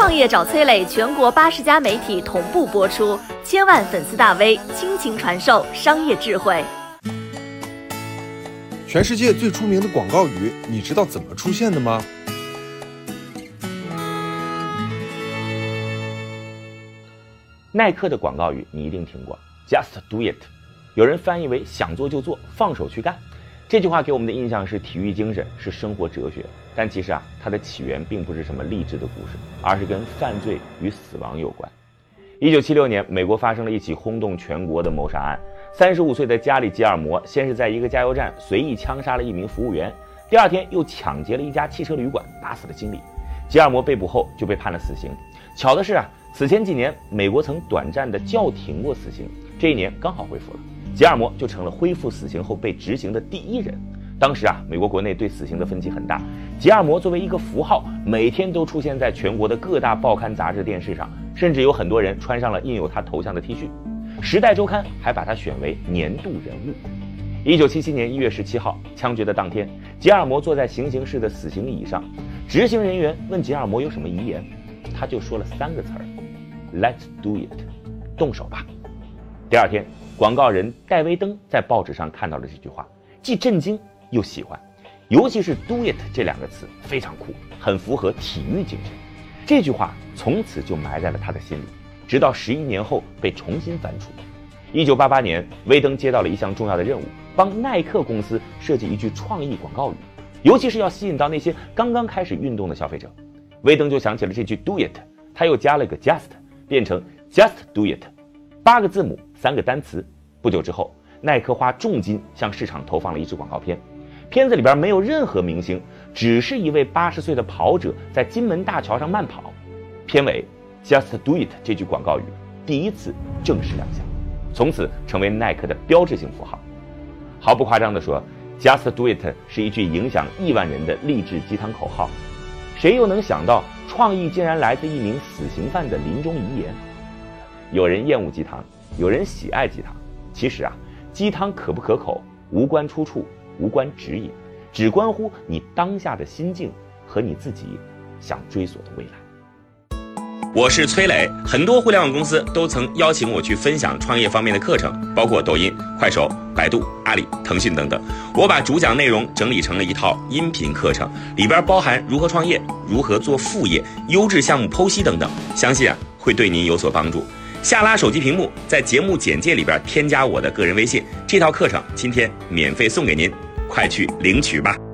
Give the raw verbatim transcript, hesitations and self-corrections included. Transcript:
创业找崔磊，全国八十家媒体同步播出，千万粉丝大 V 倾情传授商业智慧。 全世界最出名的广告语，你知道怎么出现的吗？ 耐克的广告语你一定听过 ，Just do it， 有人翻译为想做就做，放手去干。这句话给我们的印象是体育精神，是生活哲学。但其实啊，它的起源并不是什么励志的故事，而是跟犯罪与死亡有关。一九七六年，美国发生了一起轰动全国的谋杀案。三十五岁的加里·吉尔摩先是在一个加油站随意枪杀了一名服务员，第二天又抢劫了一家汽车旅馆，打死了经理。吉尔摩被捕后就被判了死刑。巧的是啊，此前几年美国曾短暂的叫停过死刑，这一年刚好恢复了。吉尔摩就成了恢复死刑后被执行的第一人。当时啊，美国国内对死刑的分歧很大。吉尔摩作为一个符号，每天都出现在全国的各大报刊、杂志、电视上，甚至有很多人穿上了印有他头像的 T 恤。时代周刊还把他选为年度人物。一九七七年一月十七号，枪决的当天，吉尔摩坐在行刑室的死刑椅上，执行人员问吉尔摩有什么遗言，他就说了三个词儿 ：Let's do it， 动手吧。第二天，广告人戴维登在报纸上看到了这句话，既震惊又喜欢，尤其是 do it 这两个词非常酷，很符合体育精神。这句话从此就埋在了他的心里，直到十一年后被重新翻出。一九八八年，威登接到了一项重要的任务，帮耐克公司设计一句创意广告语，尤其是要吸引到那些刚刚开始运动的消费者。威登就想起了这句 do it， 他又加了个 just， 变成 just do it， 八个字母，三个单词。不久之后，耐克花重金向市场投放了一支广告片，片子里边没有任何明星，只是一位八十岁的跑者在金门大桥上慢跑。片尾 Just do it 这句广告语第一次正式亮相，从此成为耐克的标志性符号。毫不夸张地说， Just do it 是一句影响亿万人的励志鸡汤口号。谁又能想到创意竟然来自一名死刑犯的临终遗言？有人厌恶鸡汤，有人喜爱鸡汤。其实啊，鸡汤可不可口无关出处，无关指引，只关乎你当下的心境和你自己想追索的未来。我是崔磊，很多互联网公司都曾邀请我去分享创业方面的课程，包括抖音、快手、百度、阿里、腾讯等等。我把主讲内容整理成了一套音频课程，里边包含如何创业、如何做副业、优质项目剖析等等，相信啊会对您有所帮助。下拉手机屏幕，在节目简介里边添加我的个人微信，这套课程今天免费送给您，快去领取吧。